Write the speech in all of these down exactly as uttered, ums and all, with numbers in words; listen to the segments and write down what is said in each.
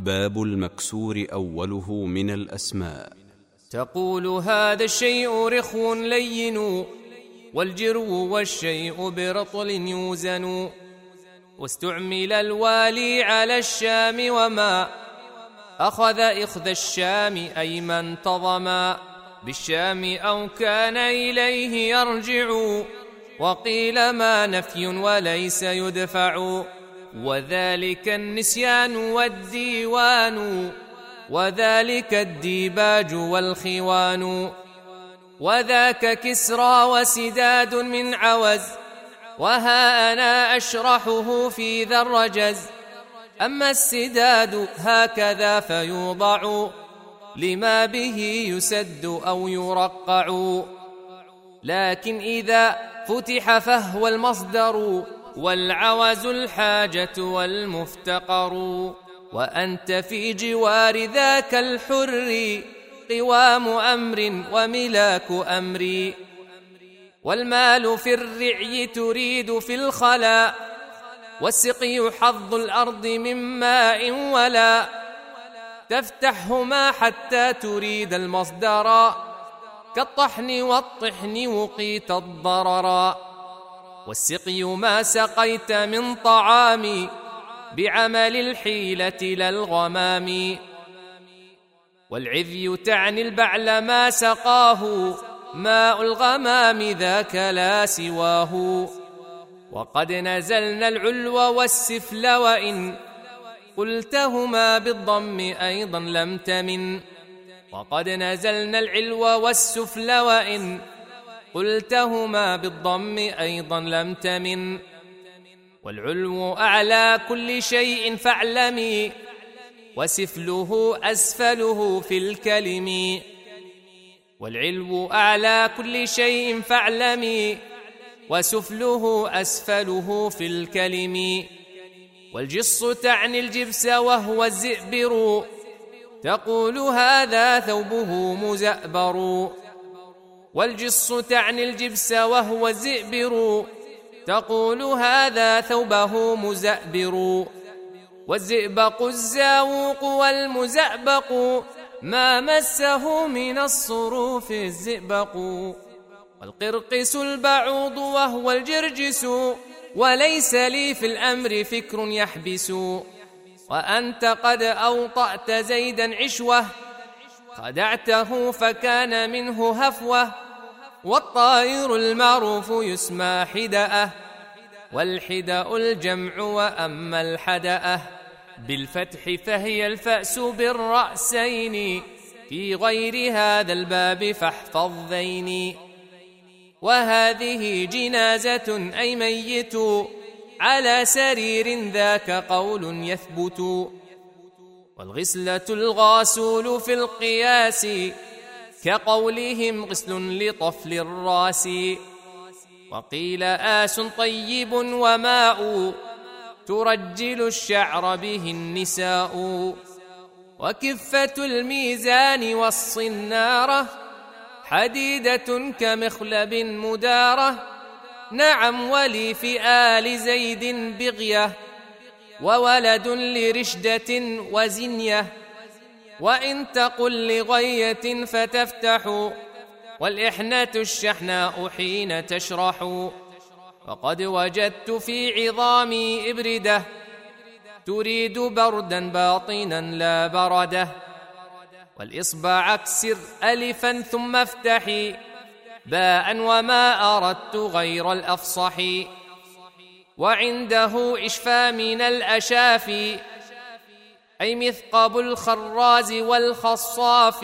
الباب المكسور أوله من الأسماء. تقول هذا الشيء رخو لين، والجرو والشيء برطل يوزن. واستعمل الوالي على الشام، وما أخذ إخذ الشام أي ما انتظما بالشام أو كان إليه يرجع. وقيل ما نفي وليس يدفع، وذلك النسيان والديوان، وذلك الديباج والخوان. وذاك كسرى وسداد من عوز، وها أنا أشرحه في ذا الرجز. أما السداد هكذا فيوضع لما به يسد أو يرقع، لكن إذا فتح فهو المصدر، والعوز الحاجة والمفتقر. وأنت في جوار ذاك الحر، قوام أمر وملاك أمر. والمال في الرعي تريد في الخلاء، والسقي حظ الأرض من ماء ولا. تفتحهما حتى تريد المصدر، كالطحن والطحن وقيت الضرر. والسقي ما سقيت من طعام، بعمل الحيلة لا الغمام. والعذي تعني البعل ما سقاه، ماء الغمام ذاك لا سواه. وقد نزلنا العلو والسفل، وإن قلتهما بالضم أيضا لم تمن. وقد نزلنا العلو والسفل، وإن قلتهما بالضم أيضا لم تمن. والعلو أعلى كل شيء فاعلمي، وسفله أسفله في الكلم. والعلو أعلى كل شيء فاعلمي، وسفله أسفله في الكلم. والجص تعني الجبس وهو الزئبر، تقول هذا ثوبه مزأبر. والجص تعني الجبس وهو الزئبر، تقول هذا ثوبه مزأبر. والزئبق الزاوق والمزأبق، ما مسه من الصروف الزئبق. والقرقس البعوض وهو الجرجس، وليس لي في الأمر فكر يحبس. وأنت قد أوطأت زيدا عشوة، خدعته فكان منه هفوة. والطائر المعروف يسمى حدأة، والحدأ الجمع وأما الحدأة بالفتح فهي الفأس بالرأسين، في غير هذا الباب فاحفظ ذين. وهذه جنازة أي ميت، على سرير ذاك قول يثبت. والغسلة الغاسول في القياس، كقولهم غسل لطفل الراس. وقيل آس طيب وماء، ترجل الشعر به النساء. وكفة الميزان والصنارة، حديدة كمخلب مدارة. نعم ولي في آل زيد بغية، وولد لرشدة وزنية. وإن تقل لغية فتفتح، والإحنة الشحناء حين تشرح. وقد وجدت في عظامي إبردة، تريد بردا باطنا لا برده. والإصبع اكسر ألفا ثم افتحي، باء وما أردت غير الأفصح. وعنده إشفى من الأشافي، أي مثقب الخراز والخصاف.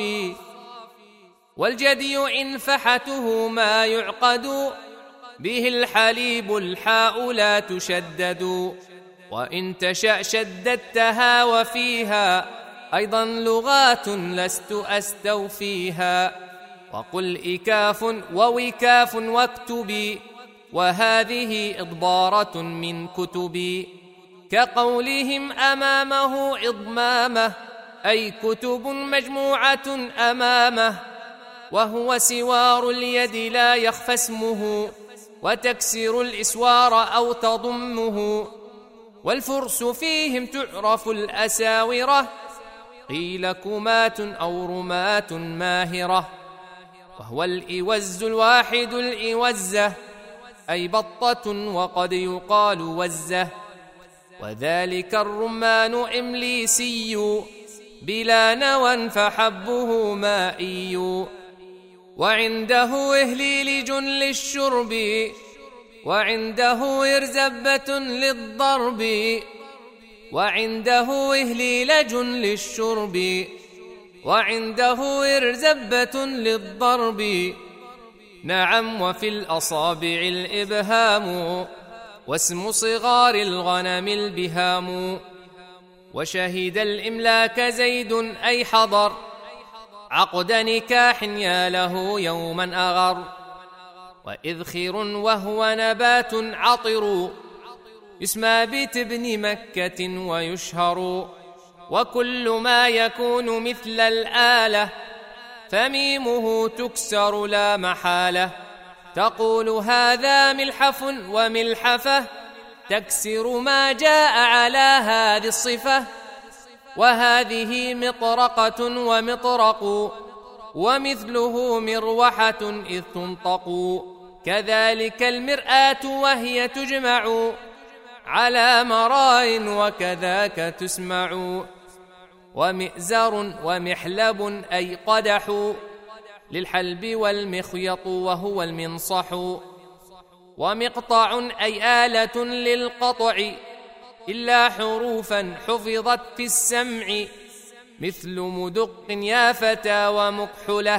والجدي إن فحته ما يعقد، به الحليب الحاء لا تشدد. وإن تشأ شددتها، وفيها أيضا لغات لست أستوفيها. وقل إكاف ووكاف واكتبي، وهذه إضبارة من كتبي. كقولهم أمامه إضمامه، أي كتب مجموعة أمامه. وهو سوار اليد لا يخفى اسمه، وتكسر الإسوار أو تضمه. والفرس فيهم تعرف الأساورة، قيل كمات أو رماة ماهرة، وهو الإوز الواحد الإوزة، أي بطة وقد يقال وزة. وذلك الرمان إمليسي بلا نوى فحبه مائي، وعنده إهليلج للشرب، وعنده إرزبة للضرب، وعنده إهليلج للشرب، وعنده إرزبة للضرب. نعم، وفي الأصابع الإبهام، واسم صغار الغنم البهام. وشهد الإملاك زيد أي حضر، عقد نكاح يا له يوما أغر. وإذخر وهو نبات عطر، يسمى بتبن مكة ويشهر. وكل ما يكون مثل الآلة، فميمه تكسر لا محالة. تقول هذا ملحف وملحفة، تكسر ما جاء على هذه الصفة. وهذه مطرقة ومطرق، ومثله مروحة إذ تنطق. كذلك المرآة وهي تجمع على مراء، وكذاك تسمع. ومئزر ومحلب أي قدح، للحلب والمخيط وهو المنصح. ومقطع أي آلة للقطع، إلا حروفا حفظت في السمع، مثل مدق يا فتى ومكحلة،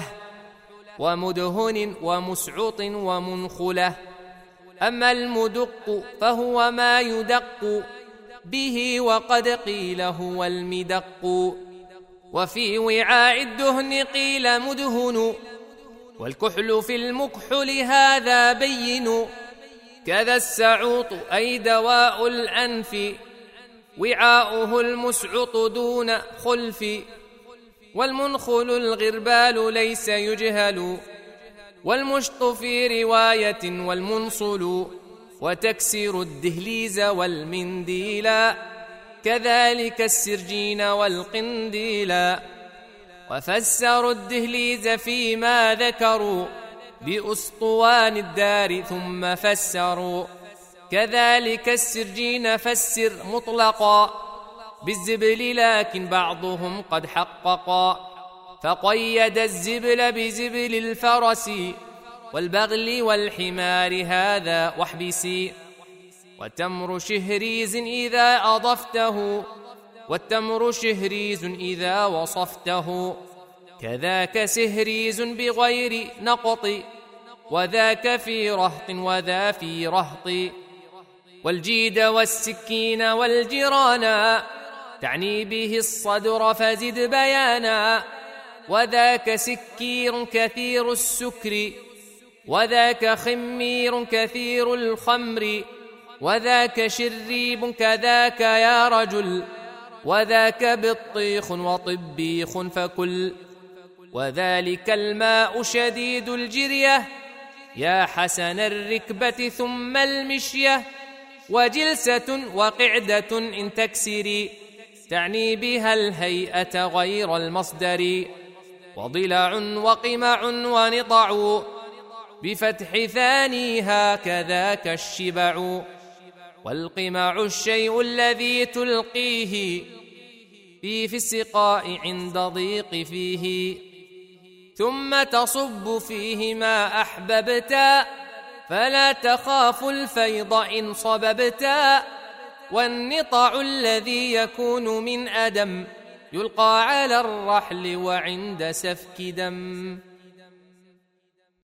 ومدهن ومسعط ومنخلة. أما المدق فهو ما يدق به، وقد قيل هو المدق. وفي وعاء الدهن قيل مدهن، والكحل في المكحل هذا بين. كذا السعوط أي دواء الأنف، وعاؤه المسعط دون خلف. والمنخل الغربال ليس يجهل، والمشط في رواية والمنصل. وتكسر الدهليز والمنديلا، كذلك السرجين والقنديلا. وفسروا الدهليز فيما ذكروا، بأسطوان الدار ثم فسروا. كذلك السرجين فسر مطلقا بالزبل، لكن بعضهم قد حققا. فقيد الزبل بزبل الفرس والبغل والحمار هذا واحبسي. وتمر شهريز إذا أضفته، والتمر شهريز إذا وصفته. كذاك سهريز بغير نقط، وذاك في رهط وذا في رهط. والجيد والسكين والجرانا، تعني به الصدر فزد بيانا. وذاك سكير كثير السكر، وذاك خمير كثير الخمر. وذاك شريب كذاك يا رجل، وذاك بطيخ وطبيخ فكل. وذلك الماء شديد الجرية، يا حسن الركبة ثم المشية. وجلسة وقعدة إن تكسري، تعني بها الهيئة غير المصدر. وضلع وقمع ونطع، بفتح ثانيها كذاك الشبع. والقمع الشيء الذي تلقيه في في السقاء عند ضيق فيه، ثم تصب فيه ما أحببتا، فلا تخاف الفيض إن صببتا. والنطع الذي يكون من أدم، يلقى على الرحل وعند سفك دم.